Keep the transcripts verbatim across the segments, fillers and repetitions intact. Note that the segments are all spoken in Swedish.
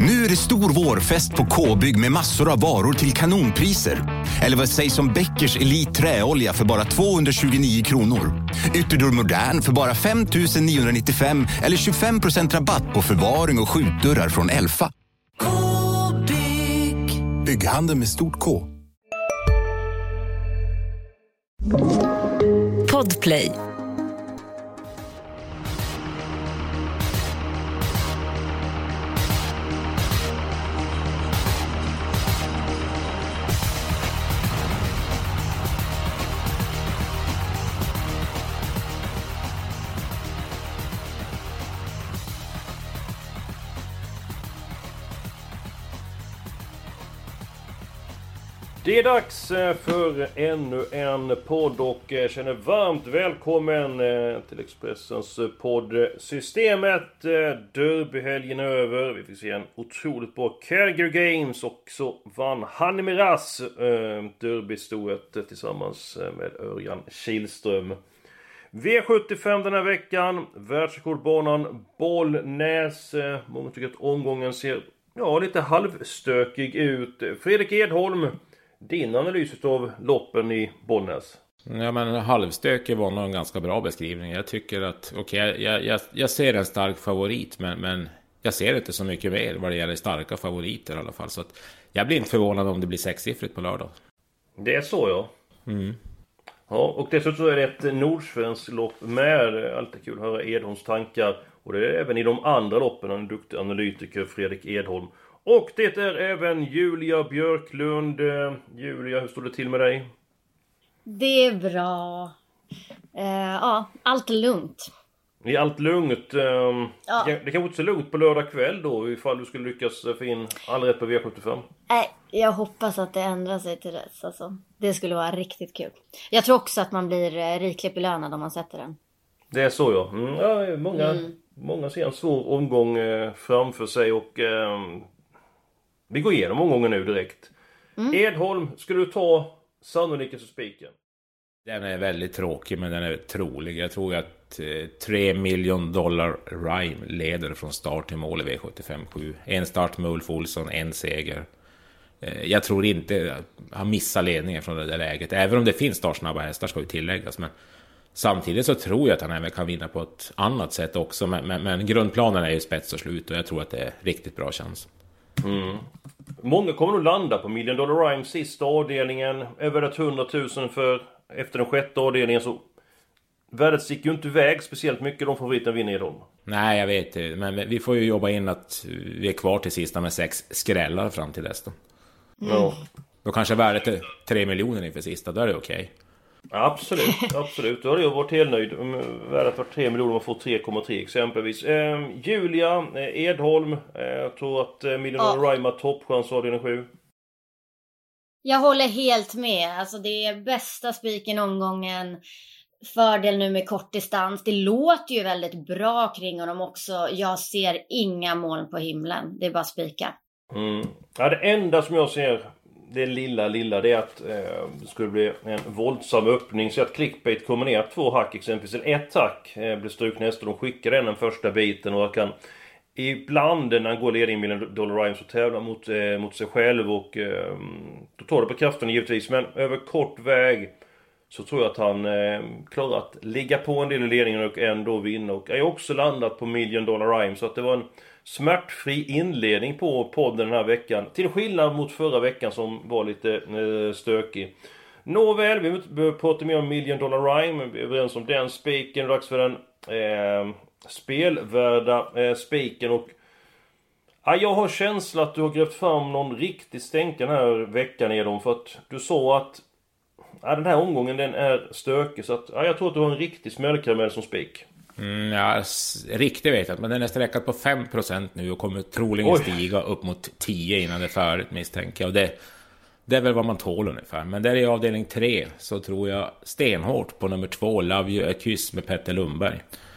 Nu är det stor vårfest på K-bygg med massor av varor till kanonpriser. Eller vad sägs om Bäckers Elite träolja för bara tvåhundratjugonio kronor. Ytterdörr Modern för bara fem tusen niohundranittiofem eller tjugofem procent rabatt på förvaring och skjutdörrar från Elfa. K-bygg. Bygghandel med stort K. Podplay. Det är dags för ännu en podd och jag känner varmt välkommen till Expressens poddsystemet. Derbyhelgen är över. Vi fick se en otroligt bra Calgary Games och så vann Hanni Miraz derbystoet tillsammans med Örjan Kihlström. V sjuttiofem den här veckan. Världsrekordbanan Bollnäs. Många tycker att omgången ser ja, lite halvstökig ut. Fredrik Edholm, din analys av loppen i Bollnäs? Ja, men halvstökig var nog en ganska bra beskrivning. Jag tycker att, okej, okay, jag, jag, jag ser en stark favorit, men, men jag ser inte så mycket mer vad det gäller starka favoriter i alla fall. Så att jag blir inte förvånad om det blir sexsiffrigt på lördag. Det är så, ja. Mm. Ja, och dessutom så är det ett nordsvenskt lopp med. Alltid kul att höra Edholms tankar. Och det är även i de andra loppen, en duktig analytiker, Fredrik Edholm. Och det är även Julia Björklund. Julia, hur står det till med dig? Det är bra. Uh, ja, allt är lugnt. Är allt lugnt? Um, ja. Det kanske inte så lugnt på lördag kväll då, ifall du skulle lyckas få in all rätt på V sjuttiofem. Nej, äh, jag hoppas att det ändrar sig till rätt. Alltså. Det skulle vara riktigt kul. Jag tror också att man blir rikligt belönad om man sätter den. Det är så, ja. Mm, ja många, mm. många ser en svår omgång eh, framför sig och... Eh, vi går igenom omgången nu direkt. Mm. Edholm, skulle du ta sannolikheten för spiken? Den är väldigt tråkig, men den är trolig. Jag tror att eh, tre miljoner dollar Rhyme leder från start till mål i V sjuttiofem sju. En start med Ulf Olsson, en seger. Eh, jag tror inte han missar ledningen från det där läget. Även om det finns startsnabba hästar ska ju tilläggas. Men samtidigt så tror jag att han även kan vinna på ett annat sätt också. Men, men, men grundplanen är ju spets och slut och jag tror att det är riktigt bra chans. Mm. Många kommer nog landa på Million Dollar Rhyme sista avdelningen. Över hundratusen för efter den sjätte avdelningen, så värdet gick ju inte iväg speciellt mycket. De favoriterna vinner i dem. Nej, jag vet det. Men vi får ju jobba in att vi är kvar till sista med sex skrällar fram till dess då. Mm. Ja. Då kanske värdet är tre miljoner inför sista. Då är det okej. Okay. Absolut, absolut. Då hade jag varit helt nöjd. Värdet var tre miljoner, man får tre komma tre exempelvis. Eh, Julia eh, Edholm, eh, jag tror att eh, Million Dollar Rhyme har toppchans av avdelning sju. Jag håller helt med. Alltså det är bästa spiken omgången. Fördel nu med kort distans. Det låter ju väldigt bra kring honom också. Jag ser inga moln på himlen. Det är bara spika. Mm. Ja, det enda som jag ser, det lilla, lilla, det är att eh, det skulle bli en våldsam öppning. Så att Clickbait kommer ner två hack exempelvis. Eller ett hack eh, blir struk nästa. De skickar den den första biten och jag kan... Ibland när han går ledning med en Dollar Rhyme så tävlar mot, eh, mot sig själv och eh, då tar det på kraften givetvis. Men över kort väg så tror jag att han eh, klarar att ligga på en del i ledningen och ändå vinna. Och jag har också landat på Million Dollar Rhyme, så att det var en smärtfri inledning på podden den här veckan. Till skillnad mot förra veckan som var lite eh, stökig. Nåväl, vi behöver prata mer om Million Dollar Rhyme. Vi är överens om den spiken. Dags för den... Eh, spelvärda eh, spiken och ja, jag har känsla att du har grävt fram någon riktig stänk den här veckan i dem, för att du sa att ja, den här omgången den är stökig, så att ja, jag tror att du har en riktig smällkaramell som spik. Mm, ja, riktigt vet jag, men den är sträckad på fem procent nu och kommer troligen Oj. stiga upp mot tio innan det är färdigt, misstänker jag. Och det, det är väl vad man tål ungefär. Men där i avdelning tre så tror jag stenhårt på nummer två, Love You A Kiss med Petter Lundberg.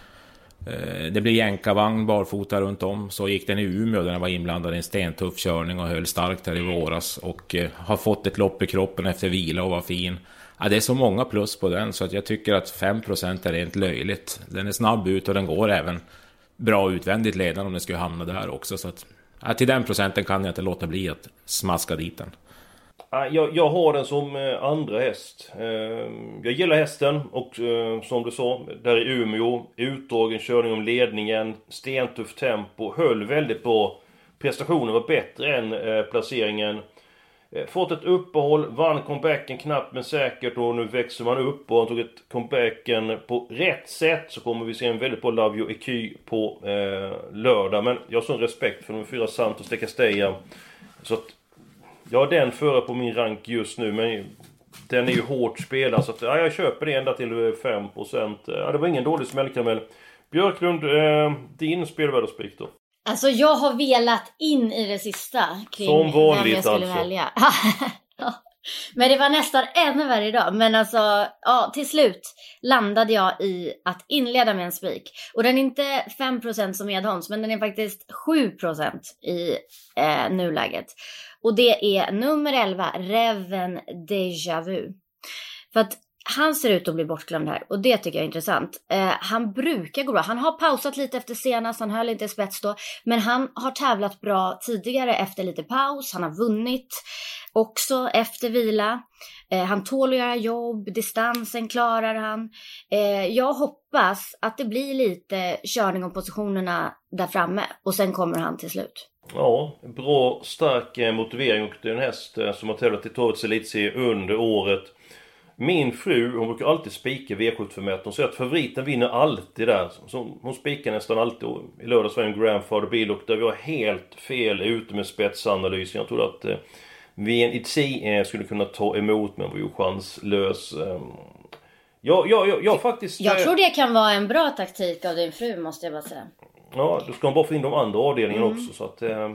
Det blir jänkarvagn barfota runt om. Så gick den i Umeå där den var inblandad i en stentuff körning och höll starkt här i våras. Och eh, har fått ett lopp i kroppen efter vila och var fin. Ja, det är så många plus på den så att jag tycker att fem procent är rent löjligt. Den är snabb ut och den går även bra utvändigt ledande om den skulle hamna där också. Så att Ja, till den procenten kan jag inte låta bli att smaska dit den. Jag, jag har den som andra häst. Jag gillar hästen och som du sa, där i Umeå, utdragen körning om ledningen, stentuff tempo, höll väldigt bra. Prestationen var bättre än placeringen. Fått ett uppehåll, vann comebacken knappt men säkert och nu växer man upp och han tog ett comebacken på rätt sätt, så kommer vi se en väldigt bra Lavio Eky på eh, lördag. Men jag har sån respekt för de fyra Santos de Castella, så att jag har den före på min rank just nu, men den är ju hårt spelad, så att, ja, jag köper det ända till fem procent. Ja, det var ingen dålig smällkaramell. Björklund, eh, din spelvärda spik då? Alltså jag har velat in i det sista kring som vanligt, vem jag skulle alltså. välja. Men det var nästan ännu värre idag. Men alltså, ja, till slut landade jag i att inleda med en spik. Och den är inte fem procent som Edholms, men den är faktiskt sju procent i eh, nuläget. Och det är nummer elva, Reven Déjà Vu. För att han ser ut att bli bortglömd här. Och det tycker jag är intressant. Eh, han brukar gå bra. Han har pausat lite efter senast. Han höll inte i spets då. Men han har tävlat bra tidigare efter lite paus. Han har vunnit också efter vila. Eh, han tål att göra jobb. Distansen klarar han. Eh, jag hoppas att det blir lite körning om positionerna där framme. Och sen kommer han till slut. Ja, bra, stark motivering. Och det är en häst som har tävlat i Torvets Elitserie under året. Min fru, hon brukar alltid spika V sjuttiofem. Hon säger att favoriten vinner alltid där. Så hon spikar nästan alltid. I lördags var en Grandfather Bill och där vi var helt fel ute med spetsanalysen. Jag trodde att eh, V N I T eh, skulle kunna ta emot, men var ju chanslös. Eh, ja, ja, ja, ja, faktiskt... Jag tror det kan vara en bra taktik av din fru, måste jag bara säga. Ja, du ska bara få in de andra avdelningarna mm. också. Så att eh,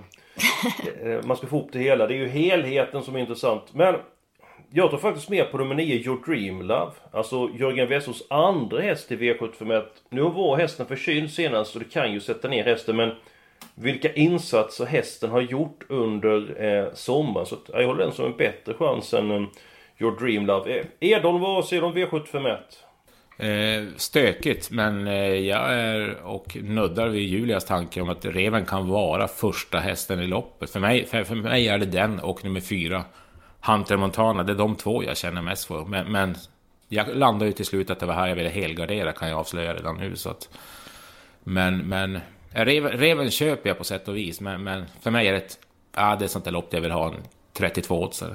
man ska få upp det hela. Det är ju helheten som är intressant. Men... jag tror faktiskt mer på nummer nio, Your Dream Love. Alltså Jörgen Wessels andra häst i V sjuttiofem. Nu var hästen förkyld senast, så det kan ju sätta ner hästen. Men vilka insatser hästen har gjort under eh, sommaren. Så att, jag håller den som en bättre chans än um, Your Dream Love. Eh, Edholm, vad säger du om V sjuttiofem? Eh, stökigt, men eh, jag är och nuddar vid Julias tanke om att Reven kan vara första hästen i loppet. För mig, för, för mig är det den och nummer fyra, Hunter Montana. Det är de två jag känner mest för. Men, men jag landar ju till slut att det var här jag ville helgardera, kan jag avslöja redan nu. Så att, men men Reven, Reven köper jag på sätt och vis. Men, men för mig är det ett, ja, det är sånt där lopp jag vill ha en trettiotvå oddsare.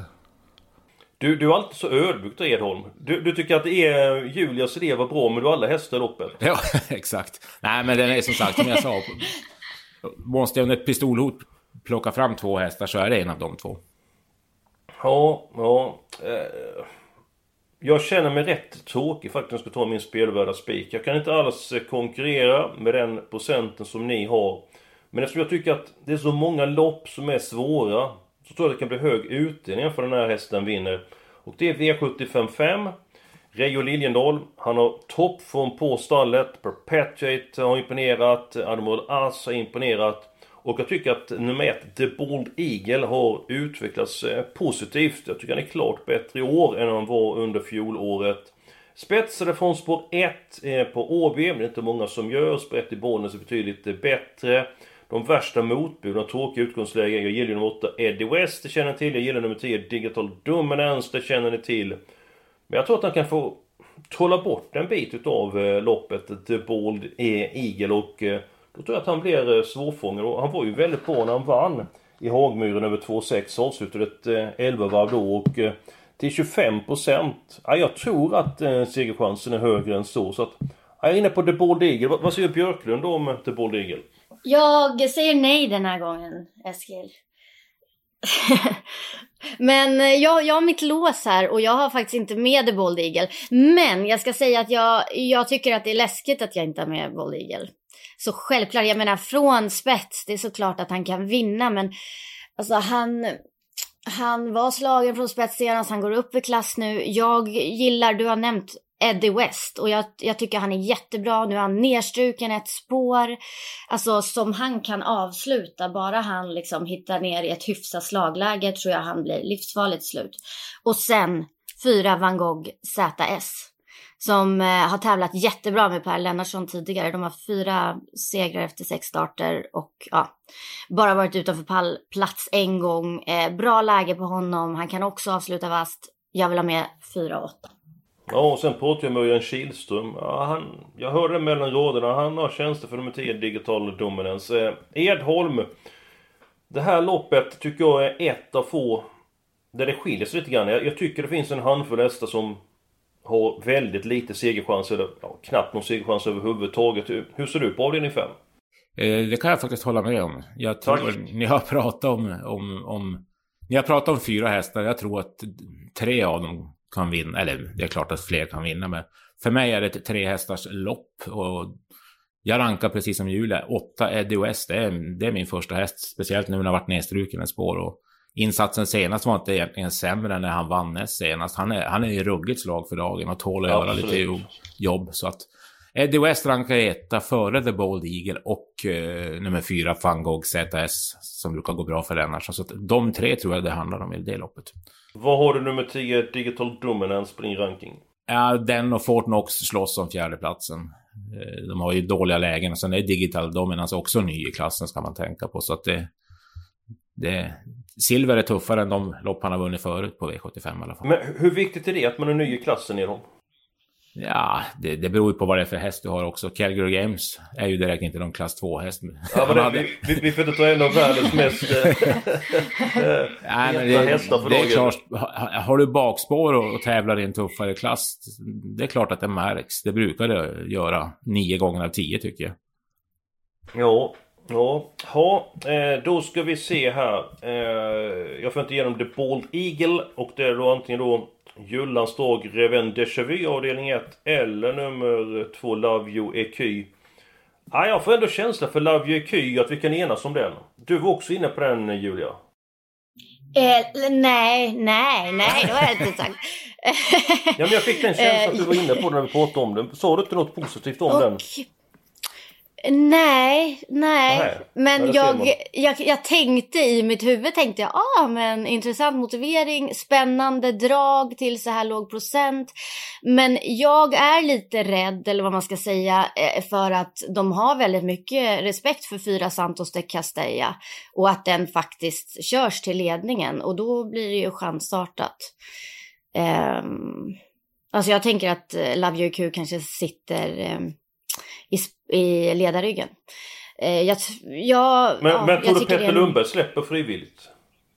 Du, du är alltid så ödmjukt, Edholm. Du, du tycker att det är Julias idé var bra, men du har alla hästar i loppet. Ja, exakt. Nej, men den är som sagt, som jag sa, måste jag under ett pistolhot plocka fram två hästar, så är det en av de två. Ja, ja. Eh, jag känner mig rätt tråkig faktiskt när jag ska ta min spelvärda spik. Jag kan inte alls konkurrera med den procenten som ni har. Men eftersom jag tycker att det är så många lopp som är svåra, så tror jag att det kan bli hög utdelning för den här hästen vinner. Och det är V sjuttiofem fem. Reijo Liljendahl, han har toppform på stallet. Perpetuate har imponerat. Admiral As har imponerat. Och jag tycker att nummer ett, The Bold Eagle, har utvecklats eh, positivt. Jag tycker han är klart bättre i år än han var under fjolåret. Spetsade från spår ett eh, på Å B, men det är inte många som gör. Sprätt i bollen så betydligt eh, bättre. De värsta motbuden, tråkiga utgångslägen. Jag gillar nummer åtta, Eddie West, det känner ni till. Jag gillar nummer tio, Digital Dominance, det känner ni till. Men jag tror att han kan få trolla bort en bit av eh, loppet, The Bold Eagle, och eh, då tror jag att han blir svårfångad. Och han var ju väldigt bra när han vann i Hagmyren över två sex, avslutade ett elva varv då, och till tjugofem procent. Ja, jag tror att segerchansen är högre än så. Så att, jag är inne på The Bold Eagle. Vad, vad säger Björklund om The Bold Eagle? Jag säger nej den här gången, Eskil. Men jag, jag har mitt lås här och jag har faktiskt inte med The Bold Eagle. Men jag ska säga att jag, jag tycker att det är läskigt att jag inte har med Bold Eagle. Så självklart, jag menar från spets, det är såklart att han kan vinna. Men alltså han, han var slagen från spets senast, han går upp i klass nu. Jag gillar, du har nämnt Eddie West, och jag, jag tycker han är jättebra. Nu är han nerstruken ett spår, alltså som han kan avsluta. Bara han liksom hittar ner i ett hyfsat slagläge, tror jag han blir livsfarligt slut. Och sen fyra Van Gogh Z S. som eh, har tävlat jättebra med Per Lennartsson tidigare. De har fyra segrar efter sex starter och ja, bara varit utanför pallplats en gång. Eh, bra läge på honom, han kan också avsluta vast. Jag vill ha med fyra åtta. Ja, och sen pratar jag med Örjan Kihlström. Ja, han, jag hörde mellan råderna, han har tjänster för nummer tio Digital Dominance. Eh, Edholm, det här loppet tycker jag är ett av få där det skiljer sig lite grann. Jag, jag tycker det finns en handfull hästar som har väldigt lite segerchans, eller ja, knappt någon segerchans överhuvudtaget. Hur, hur ser du på avdelning fem? Eh, det kan jag faktiskt hålla med om. Jag tror Tack. ni har pratat om, om, om ni har pratat om fyra hästar. Jag tror att tre av dem kan vinna, eller det är klart att fler kan vinna, men för mig är det ett tre hästars lopp och jag rankar precis som Julia åtta Eddie West, det är, det är min första häst, speciellt nu när han har varit nedstruken i spår, och insatsen senast var inte egentligen sämre än när han vann näst senast. Han är, han är i ruggigt slag för dagen och tål att göra lite jobb, så att Eddie West rankar etta före The Bold Eagle och eh, nummer fyra Van Gogh Z S som brukar gå bra för den. Så att de tre tror jag det handlar om i det loppet. Vad har du nummer tio Digital Dominance på din ranking? Ja, den och Fort Knox slåss om fjärdeplatsen. De har ju dåliga lägen och sen är Digital Dominance också ny i klassen ska man tänka på. Så att det, det silver är tuffare än de lopp han har vunnit förut på V sjuttiofem i alla fall. Men hur viktigt är det att man är ny i klassen i dem? Ja, det, det beror ju på vad det är för häst du har också. Calgary Games är ju direkt inte någon klass två-häst. Ja, men det, hade... vi, vi, vi får inte ta en av världens mest äh, Nej, men det, hästar för det är klart, har du bakspår och, och tävlar i en tuffare klass, det är klart att det märks. Det brukar det göra nio gånger av tio tycker jag. Ja, ja. Ha, eh, då ska vi se här. Eh, jag får inte igenom The Bold Eagle och det är då antingen då Jullans dag Reven Déjà Vu avdelning ett eller nummer två Love You E Q. Ja, jag får ändå känsla för Love You E Q att vi kan enas om den. Du var också inne på den, Julia. Eh, nej, nej, nej, det var jag inte sagt. Ja, men jag fick den känslan att du var inne på den när vi pratade om den. Sa du inte något positivt om och... den? Nej, nej, nej. men jag, jag, jag tänkte i mitt huvud tänkte jag, ah men intressant motivering, spännande drag till så här låg procent. Men jag är lite rädd, eller vad man ska säga, för att de har väldigt mycket respekt för fyra Santos de Castella och att den faktiskt körs till ledningen och då blir det ju chansartat. Um, alltså jag tänker att Love You Q kanske sitter... Um, I, i ledarryggen. Eh, jag, jag, men ja, men tror jag du Petter en... Lundberg släpper frivilligt?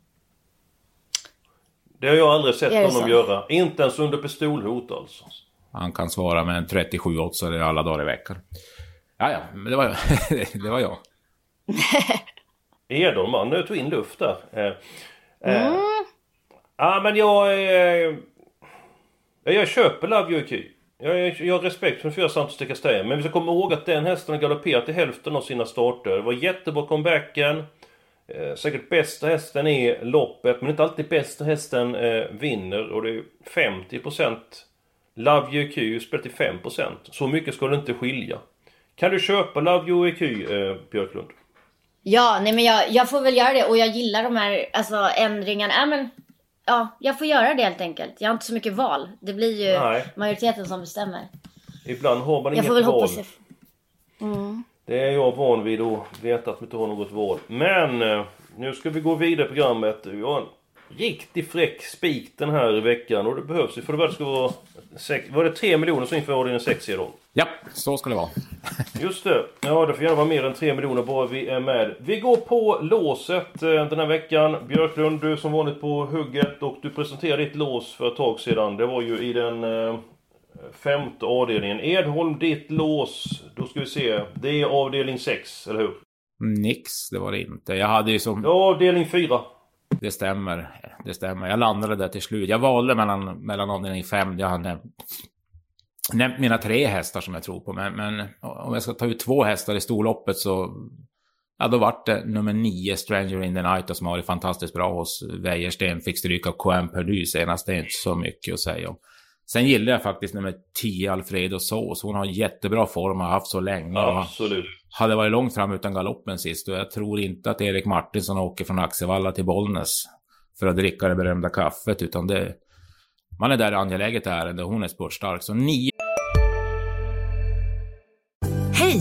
Det har jag aldrig sett honom så? göra. Inte ens under pistolhot alltså. Han kan svara med en trettiosju åtta alla dagar i veckan. Ja, ja, men det var jag. det var jag. Edholm, man nu tog in luft där. Eh, mm. eh, ja, men jag... Eh, jag köper Love You Q. Jag, jag har respekt för fyra Santos de Castella, men vi ska komma ihåg att den hästen har galopperat i hälften av sina starter. Det var jättebra comebacken. Eh, säkert bästa hästen i loppet, men inte alltid bästa hästen eh, vinner. Och det är femtio procent Love You Q spelar till fem procent. Så mycket ska det inte skilja. Kan du köpa Love You Q, eh, Björklund? Ja, nej men jag, jag får väl göra det. Och jag gillar de här alltså, ändringarna. Ja, men... Ja, jag får göra det helt enkelt. Jag har inte så mycket val. Det blir ju Nej. majoriteten som bestämmer. Ibland har man jag inget får väl val. Hoppas mm. Det är jag van vid att veta att vi inte har något val. Men nu ska vi gå vidare i programmet. Vi har en riktigt fräck spik den här i veckan. Och det behövs ju för det ska vara... Sex, var det tre miljoner som inför ordningen sex i då? Ja, så ska det vara. Just det. Ja, det får gärna vara mer än tre miljoner bara vi är med. Vi går på låset den här veckan. Björklund, du som vanligt på hugget. Och du presenterade ditt lås för ett tag sedan. Det var ju i den eh, femte avdelningen. Edholm, ditt lås. Då ska vi se. Det är avdelning sex, eller hur? Nix, det var det inte. Jag hade ju som... Ja, avdelning fyra. Det stämmer, det stämmer. Jag landade där till slut. Jag valde mellan, mellan avdelning fem. Jag hade nämnt mina tre hästar som jag tror på. Men, men om jag ska ta ut två hästar i storloppet så... Ja, då var det nummer nio, Stranger in the Night, som har varit fantastiskt bra hos Wäjersten. Fick stryka Coen Perdu senast. Det är inte så mycket att säga om. Sen gillar jag faktiskt nummer tio, Alfredo Sås. Hon har jättebra form och har haft så länge. Absolut. Hade varit långt fram utan galoppen sist. Och jag tror inte att Erik Martinsson åker från Axevalla till Bollnäs för att dricka det berömda kaffet. Utan det, man är där angeläget ärende. Hon är sportstark. Så nio...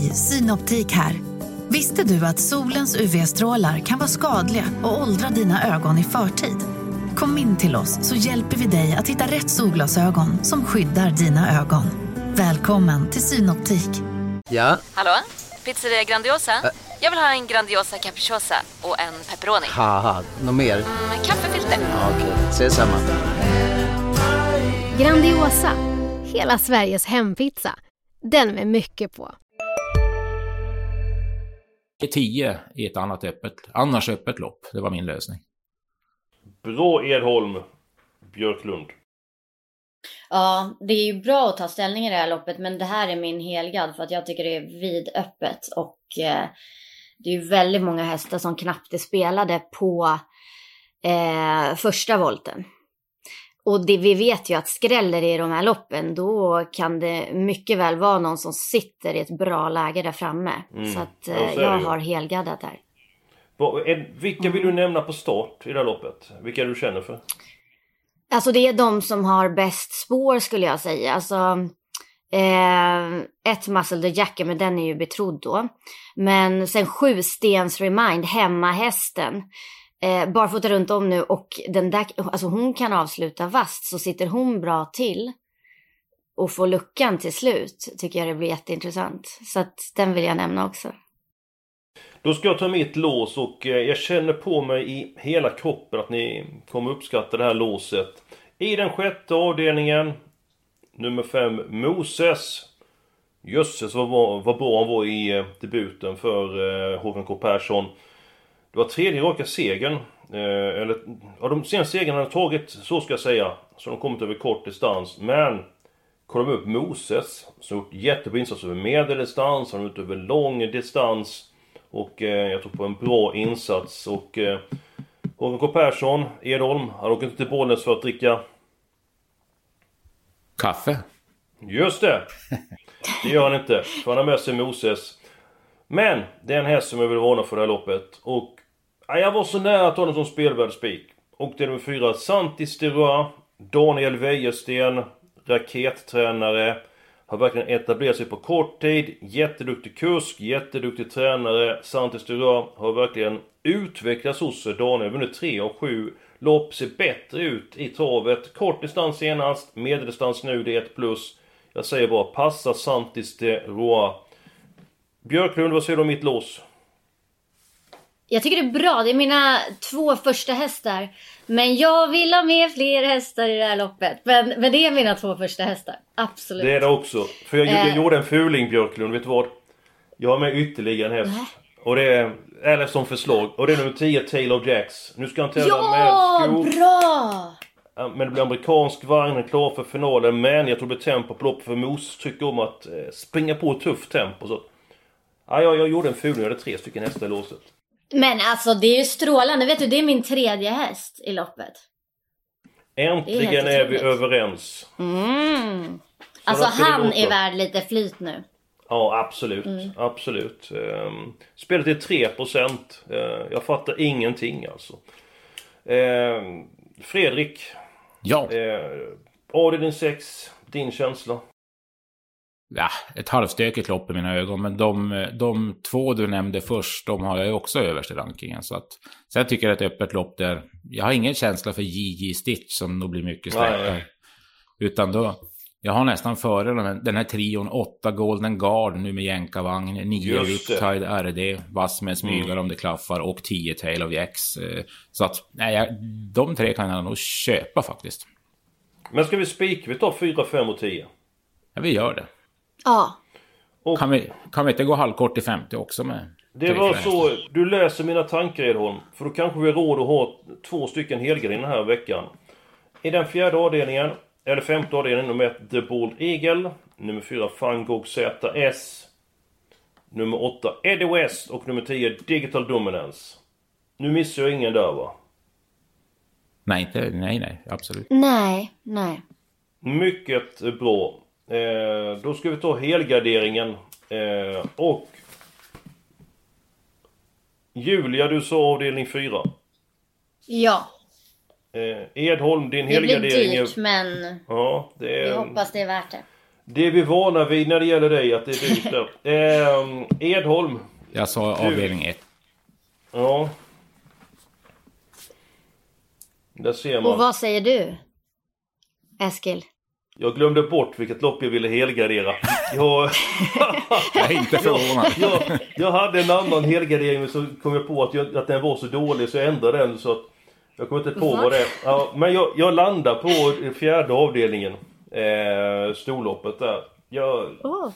Hej, Synoptik här. Visste du att solens U V-strålar kan vara skadliga och åldra dina ögon i förtid? Kom in till oss så hjälper vi dig att hitta rätt solglasögon som skyddar dina ögon. Välkommen till Synoptik. Ja? Hallå? Pizzeria Grandiosa? Ä- Jag vill ha en Grandiosa capriciosa och en pepperoni. Haha, något mer? Mm, kaffefilter. Ja, okej, okay. Ses samma. Grandiosa, hela Sveriges hempizza. Den med mycket på. tio i ett annat öppet, annars öppet lopp. Det var min lösning. Bra Edholm, Björklund. Ja, det är ju bra att ta ställning i det här loppet, men det här är min helgad för att jag tycker det är vidöppet och eh, det är ju väldigt många hästar som knappt är spelade på eh, första volten. Och det, vi vet ju att skräller i de här loppen, då kan det mycket väl vara någon som sitter i ett bra läge där framme. Mm. Så att eh, jag har helgaddat där. Vilka vill du nämna på start i det här loppet? Vilka du känner för? Alltså det är de som har bäst spår skulle jag säga. Alltså eh, ett Muscle the Jacker, men den är ju betrodd då. Men sen sju Stens Remind, hemmahästen. Eh, barfota runt om nu och den där, alltså hon kan avsluta vast, så sitter hon bra till och får luckan till slut, tycker jag det blir jätteintressant. Så att den vill jag nämna också. Då ska jag ta mitt lås och eh, jag känner på mig i hela kroppen att ni kommer uppskatta det här låset. I den sjätte avdelningen, nummer fem, Moses. Jösses vad, var, vad bra han var i eh, debuten för eh, Håkan K. Persson. Det var tredje raka segern. Eh, eller, ja, de senaste segrarna har tagit, så ska jag säga. Så de kommit över kort distans. Men kollar vi upp Moses, som har gjort jättebra insats över medeldistans. Han har gjort över lång distans. Och eh, jag tror på en bra insats. Och eh, Håkan K. Persson, Edholm, han åker inte till Bollnäs för att dricka kaffe. Just det. Det gör han inte. För han har med sig Moses. Men det är en häst som jag vill varna för det här loppet. Och ja, jag var så nära att ta den som spelvärdsspik. Och det är nummer fyra, Santi Sterua, Daniel Wäjersten, rakettränare. Har verkligen etablerat sig på kort tid. Jätteduktig kusk, jätteduktig tränare. Santi Sterua har verkligen utvecklats hos sig. Daniel vunnit tre av sju lopp, ser bättre ut i travet. Kort distans senast, medeldistans nu, det är ett plus. Jag säger bara, passa Santi Sterua. Björklund, vad säger du om mitt lås? Jag tycker det är bra, det är mina två första hästar. Men jag vill ha med fler hästar i det här loppet. Men, men det är mina två första hästar, absolut. Det är det också. För jag, jag, jag gjorde en fuling, Björklund, vet du vad? Jag har med ytterligare en häst. Nej. Och det är, eller som förslag. Och det är nummer tio, Taylor Jacks. Nu ska han tävla ja, med skor. Bra! Men det blir amerikansk vagn, han är klar för finalen. Men jag tror det blir tempo på lopp, för Mos tycker om att eh, springa på ett tufft tempo. Så. Ja, jag, jag gjorde en fuling, jag hade tre stycken hästar i låset. Men alltså det är ju strålande, vet du, det är min tredje häst i loppet. Äntligen är, är vi överens. Mm. Alltså han är värd lite flyt nu. Ja, absolut, mm. absolut. Um, spelet är tre procent. Uh, jag fattar ingenting alltså. Uh, Fredrik. Ja. Uh, avdelning sex, din känsla? Ja, ett halvstökigt lopp i mina ögon. Men de, de två du nämnde först, de har jag ju också överst i rankingen. Så att, så jag tycker att ett öppet lopp där, jag har ingen känsla för J J Stitch som nog blir mycket släppare. Utan då, jag har nästan före den här, den här trion, åtta Golden Guard nu med jänkarvagn, nio Riptide R D, vass med smygar mm. om det klaffar, och tio Tail of X. Så att, nej, jag, de tre kan jag nog köpa faktiskt. Men ska vi spika, vi tar fyra, fem och tio? Ja, vi gör det. Ja. Och kan vi, kan vi inte gå halvkort i femtio också med? Det var så, du läser mina tankar, Edholm. För då kanske vi har råd att ha två stycken helgardiner den här veckan. I den fjärde avdelningen, eller femte avdelningen, nummer ett The Bold Eagle, nummer fyra Van Gogh Z S, nummer åtta Eddie West och nummer tio Digital Dominance. Nu missar jag ingen där, va? Nej, inte, nej, nej, absolut. Nej, nej. Mycket bra. Eh, då ska vi ta helgarderingen. Eh, och Julia, du sa avdelning fyra. Ja. Eh, Edholm, din det helgardering. Det blir dyrt, men ja, det är, jag hoppas det är värt det. Det är vi vana vid när det gäller dig, att det är dyrt där. Eh, Edholm. Jag sa avdelning ett. Ja. Där ser man. Och vad säger du, Eskil? Jag glömde bort vilket lopp jag ville helgardera. Jag, jag är inte förvånad. jag, jag, jag hade en annan helgardering, men så kom jag på att, jag, att den var så dålig så jag ändrade den. Så att jag kommer inte på vad det är. Ja, men jag, jag landar på fjärde avdelningen. Eh, storloppet där. Jag, oh.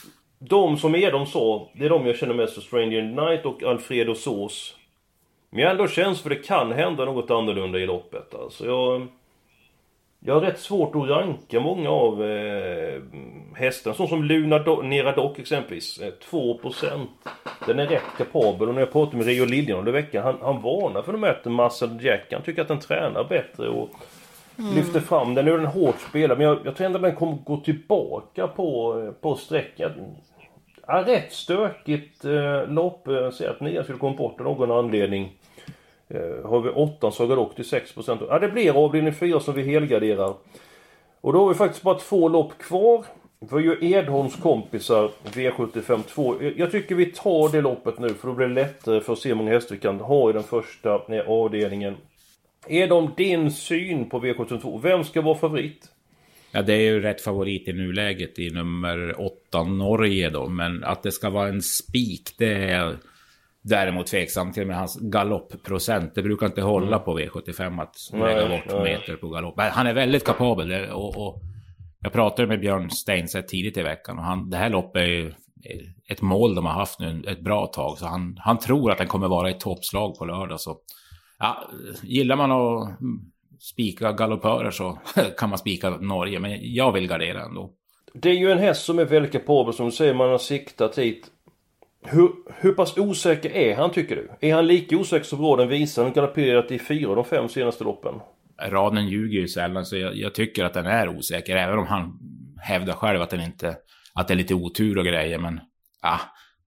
De som är de så, det är de jag känner mest för, Stranger Night och Alfredo Sås. Men jag ändå känns för det kan hända något annorlunda i loppet. Alltså jag... Jag har rätt svårt att ranka många av eh, hästarna. Sån som Luna Do- Nera Dock exempelvis. Eh, två procent. Den är rätt kapabel. Och när jag pratade med Rio Liljan under veckan. Han, han varnar för de möter Muscle Jack. Han tycker att den tränar bättre. Och mm. lyfter fram den. Nu är den hårt spelad. Men jag, jag tror ändå att den kommer gå tillbaka på, på sträckan. Ja, rätt stökigt eh, lopp. Jag ser att nian skulle komma bort av någon anledning. Uh, har vi åttan Saga Dock till sex procent. Ja, det blir avdelning fyra som vi helgarderar. Och då har vi faktiskt bara två lopp kvar. Vi har ju Edholms kompisar V sjuttiofem två. Jag tycker vi tar det loppet nu, för då blir det lättare för att se hur många hästar vi kan ha i den första eh, avdelningen. Edholm, din syn på V sjuttiofem två. Vem ska vara favorit? Ja, det är ju rätt favorit i nuläget i nummer åtta Norge då. Men att det ska vara en spik, det är... Däremot tveksam till med hans galoppprocent. Det brukar inte hålla mm. på V sjuttiofem att lägga bort nej. meter på galopp. Men han är väldigt kapabel. Och, och jag pratade med Björn Steinset tidigt i veckan. Och han, det här loppet är ju ett mål de har haft nu ett bra tag. Så han, han tror att den kommer vara ett toppslag på lördag. Så, ja, gillar man att spika galoppörer så kan man spika Norge. Men jag vill gardera ändå. Det är ju en häst som är väldigt kapabel, som du säger. Man har siktat hit. Hur, hur pass osäker är han, tycker du? Är han lika osäker som raden visar? Han galopperat i fyra av de fem senaste loppen. Raden ljuger ju sällan, så jag, jag tycker att den är osäker. Även om han hävdar själv att den inte, att det är lite otur och grejer. Men ah,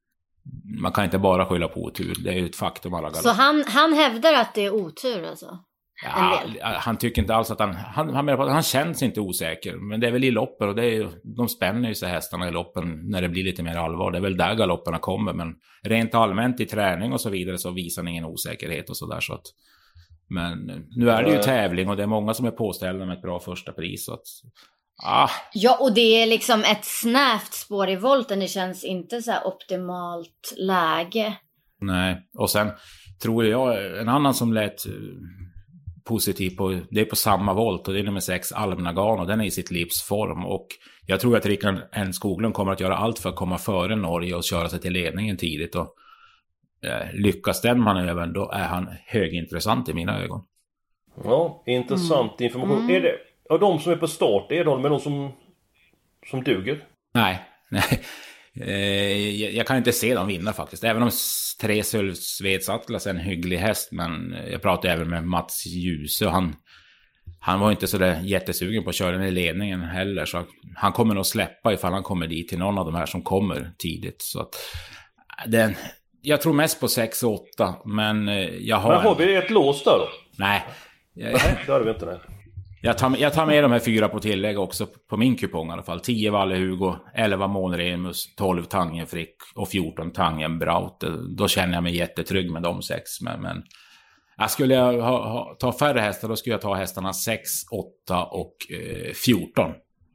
man kan inte bara skylla på otur. Det är ju ett faktum alla galopper. Så han, han hävdar att det är otur alltså? Ja, han tycker inte alls att han, han, han menar på att han känns inte osäker. Men det är väl i loppen, och det är ju, de spänner ju sig hästarna i loppen när det blir lite mer allvar. Det är väl där galopperna kommer. Men rent allmänt i träning och så vidare så visar han ingen osäkerhet och sådär. Så att, men nu är det ju tävling och det är många som är påställda med ett bra första pris. Så att, ah. Ja, och det är liksom ett snävt spår i volten. Det känns inte så här optimalt läge. Nej, och sen tror jag en annan som lät positiv på, det är på samma volt, och det är nummer sex Alm Nagano, den är i sitt livs form, och jag tror att Rickard N. Skoglund kommer att göra allt för att komma före Norge och köra sig till ledningen tidigt, och eh, lyckas den manövern, då är han högintressant i mina ögon. Ja, intressant mm. information. Mm. Är det av de som är på start, är det med de som som duger? Nej, nej. Jag kan inte se dem vinna faktiskt. Även om Tre Sölvsveds Atlas är en hygglig häst. Men jag pratade även med Mats Ljuse, och han, han var inte så där jättesugen på att köra den i ledningen heller. Så han kommer nog släppa ifall han kommer dit till någon av de här som kommer tidigt. Så att den, jag tror mest på sex och åtta. Men jag har... Men har vi ett lås där då? Nej. Nej, det har vi inte det. Jag tar, jag tar med de här fyra på tillägg också på min kupong i alla fall. tio Valle Hugo, elva Månremus, tolv Tangenfrick och fjorton Tangenbraut. Då känner jag mig jättetrygg med de sex. Men, men jag skulle jag ha, ha, ta färre hästar, då skulle jag ta hästarna sex, åtta och eh, fjorton.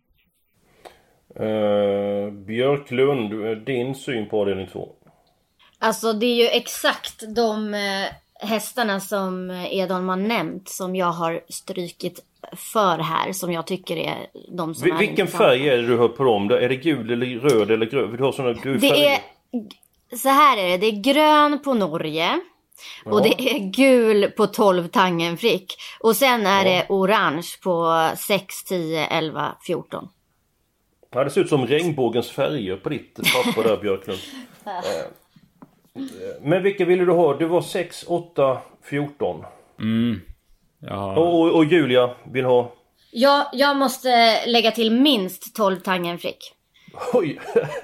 Uh, Björklund, din syn på avdelning två? Alltså det är ju exakt de eh, hästarna som Edholm har nämnt som jag har strykit för här, som jag tycker är de som v- är vilken färg är det du har på dem? Är det gul eller röd eller grön? Du har såna, du det är, så här är det, det är grön på Norge och ja. Det är gul på tolv Tangenfrick, och sen är ja. det orange på sex, tio, elva, fjorton. Ja, det ser ut som regnbågens färger på ditt papper där, Björklund. Men vilka ville du ha? Det var sex, åtta, fjorton. Mm. Ja. Och, och Julia vill ha? Ja, jag måste lägga till minst tolv Tangenfrick. Oj.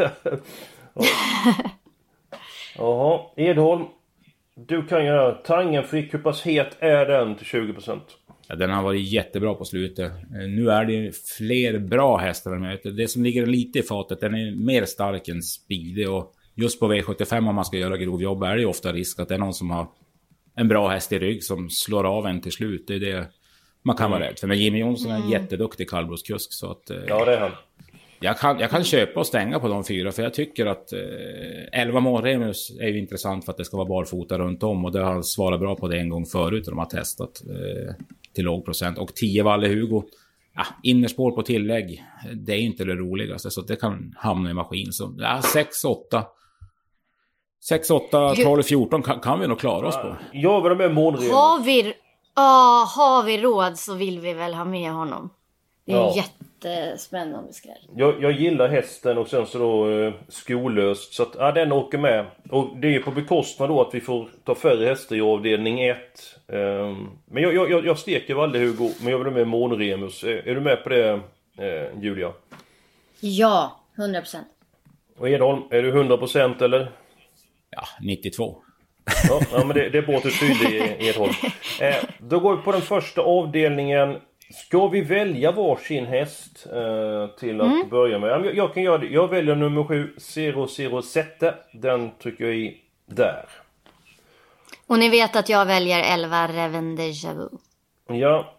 Jaha, Edholm. Du kan göra Tangenfrick. Hur pass het är den till tjugo procent? Ja, den har varit jättebra på slutet. Nu är det fler bra hästar de möter. Det som ligger lite i fatet, den är mer stark än speedig. Och just på V sjuttiofem om man ska göra grovjobb är det ofta risk att det är någon som har en bra häst i rygg som slår av en till slut. Det är det man kan mm. vara rädd för. Men Jimmy Jonsson är en jätteduktig kallblodskusk. Så att, ja, det är han. Jag kan, jag kan köpa och stänga på de fyra. För jag tycker att eh, elva Månremus är ju intressant för att det ska vara barfota runt om. Och det har svarat bra på det en gång förut när de har testat eh, till låg procent. Och tio Valle Hugo, ja, innerspår på tillägg, det är inte det roligaste. Så det kan hamna i maskin. Så ja, sex åtta sex åtta tolv fjorton kan, kan vi nog klara oss på. Jag vill ha med Månremus. Har vi, ah, har vi råd så vill vi väl ha med honom. Det är ja. jättespännande skräll. Jag, jag gillar hästen och sen så då eh, skollöst. Så att ja, den åker med. Och det är på bekostnad då att vi får ta färre hästar i avdelning ett. Um, men jag, jag, jag steker Valle Hugo, men jag vill ha med Månremus. Är, är du med på det, eh, Julia? Ja, hundra procent. Och Edholm, är du hundra procent eller? Ja, nittiotvå. Ja, ja men det, det är bra att du är tydlig, Edholm. Eh, då går vi på den första avdelningen. Ska vi välja varsin häst eh, till att mm. börja med? Jag, jag kan göra det. Jag väljer nummer sju, Zero Zero Sette. Den trycker jag i där. Och ni vet att jag väljer elva Reven Deja Vu. Ja.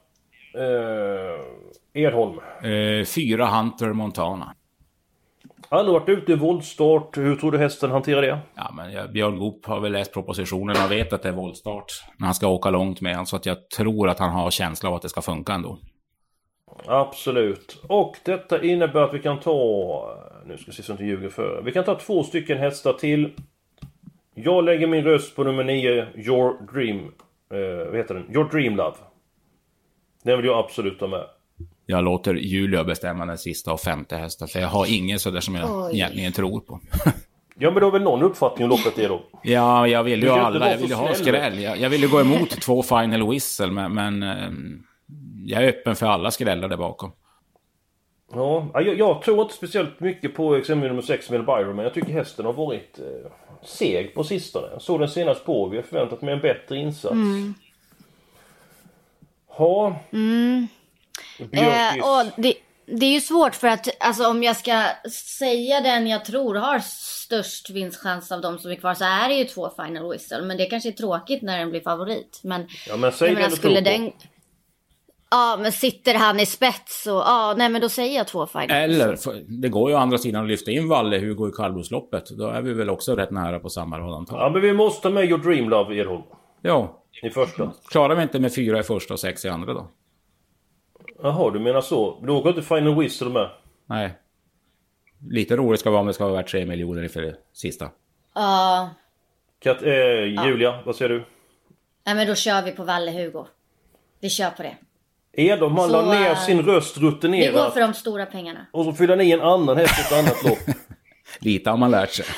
Eh, Edholm. Eh, fyra Hunter Montana. Han har varit ute i våldstart. Hur tror du hästen hanterar det? Ja, men jag, Björn Goop har väl läst propositionen och vet att det är våldstart när han ska åka långt med. Så att jag tror att han har känsla av att det ska funka ändå. Absolut. Och detta innebär att vi kan ta... Nu ska vi se så inte ljuger för. Vi kan ta två stycken hästar till. Jag lägger min röst på nummer nio. Your Dream. Eh, vad heter den? Your Dream Love. Den vill jag absolut ha med. Jag låter Julia bestämma den sista och femte hästen. För jag har ingen sådär som jag Oj. egentligen tror på. Ja, men då har väl någon uppfattning om loppet är då? Ja, jag vill ju alla. Jag vill ju ha skräll. Jag, jag vill ju gå emot två Final Whistle. Men, men jag är öppen för alla skrällar där bakom. Ja, jag, jag tror inte speciellt mycket på exempel nummer sex med Byron. Men jag tycker hästen har varit eh, seg på sistone. Så den senast på. Vi har förväntat mig en bättre insats. Mm. Ha... Mm. Eh, och det, det är ju svårt för att alltså, om jag ska säga den jag tror har störst vinstchans av de som är kvar så är det ju två Final Whistle. Men det kanske är tråkigt när den blir favorit. Men, ja, men säg menar, skulle den... Ja, men sitter han i spets så ja, nej men då säger jag två Final Eller, för, det går ju å andra sidan att lyfta in Valle Hugo i kallblodsloppet. Då är vi väl också rätt nära på samma rådantal. Ja, men vi måste ha med Your Dream Love, Edholm. Ja. I första. Klarar vi inte med fyra i första och sex i andra då? Jaha, du menar så. Då går inte Final Whistle med. Nej. Lite roligt ska vara om det ska vara värt tre miljoner för det sista. Ja. Uh, Kat, eh, Julia, uh. vad säger du? Nej, men då kör vi på Valle Hugo. Vi kör på det. Edholm, han la ner sin röst rutinerat. Det går för de stora pengarna. Och så fyller ni en annan häst ett annat lopp. Lite har man lärt sig.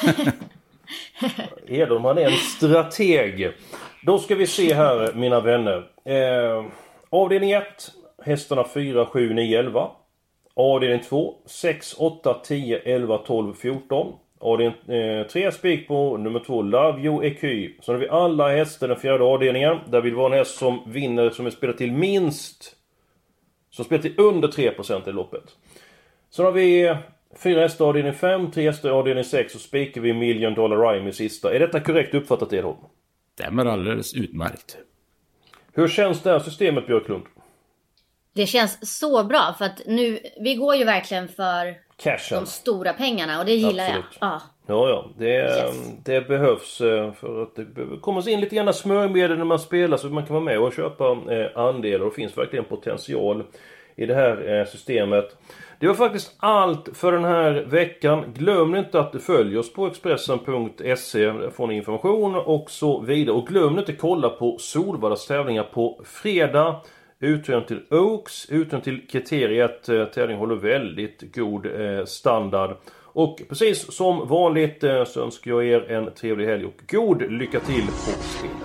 Edholm, han är en strateg. Då ska vi se här, mina vänner. Eh, avdelning ett. Hästarna fyra, sju, nio, elva. Avdelning två, sex, åtta, tio, elva, tolv, fjorton. Avdelning eh, tre spik på nummer två, Love You Equi. Så har vi alla hästar den fjärde avdelningen. Där vill vara en häst som vinner, som är spelat till minst. Som spelar till under tre procent i loppet. Så har vi fyra hästar avdelning fem, tre hästar avdelning sex. Och spikar vi Million Dollar Rhyme i sista. Är detta korrekt uppfattat, Edholm? Det är alldeles utmärkt. Hur känns det här systemet, Björklund? Det känns så bra för att nu, vi går ju verkligen för cashen. De stora pengarna och det gillar Absolut. jag. Ah. Ja, ja. Det, yes. det behövs för att det kommer in lite grann smörmedel när man spelar så man kan vara med och köpa andelar och det finns verkligen potential i det här systemet. Det var faktiskt allt för den här veckan. Glöm inte att du följer oss på Expressen punkt se. Där får ni information och så vidare. Och glöm inte att kolla på Solvallas tävlingar på fredag. Utrön till Oaks, utrön till kriteriet. Tävlingen håller väldigt god standard. Och precis som vanligt så önskar jag er en trevlig helg och god lycka till på spelet.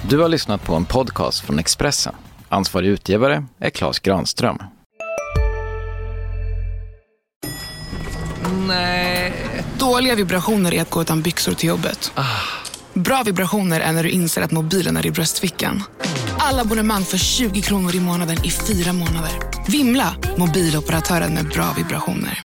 Du har lyssnat på en podcast från Expressen. Ansvarig utgivare är Claes Granström. Nej. Dåliga vibrationer är att gå utan byxor till jobbet. Ah. Bra vibrationer är när du inser att mobilen är i bröstfickan. Alla abonnemang för tjugo kronor i månaden i fyra månader. Vimla, mobiloperatören med bra vibrationer.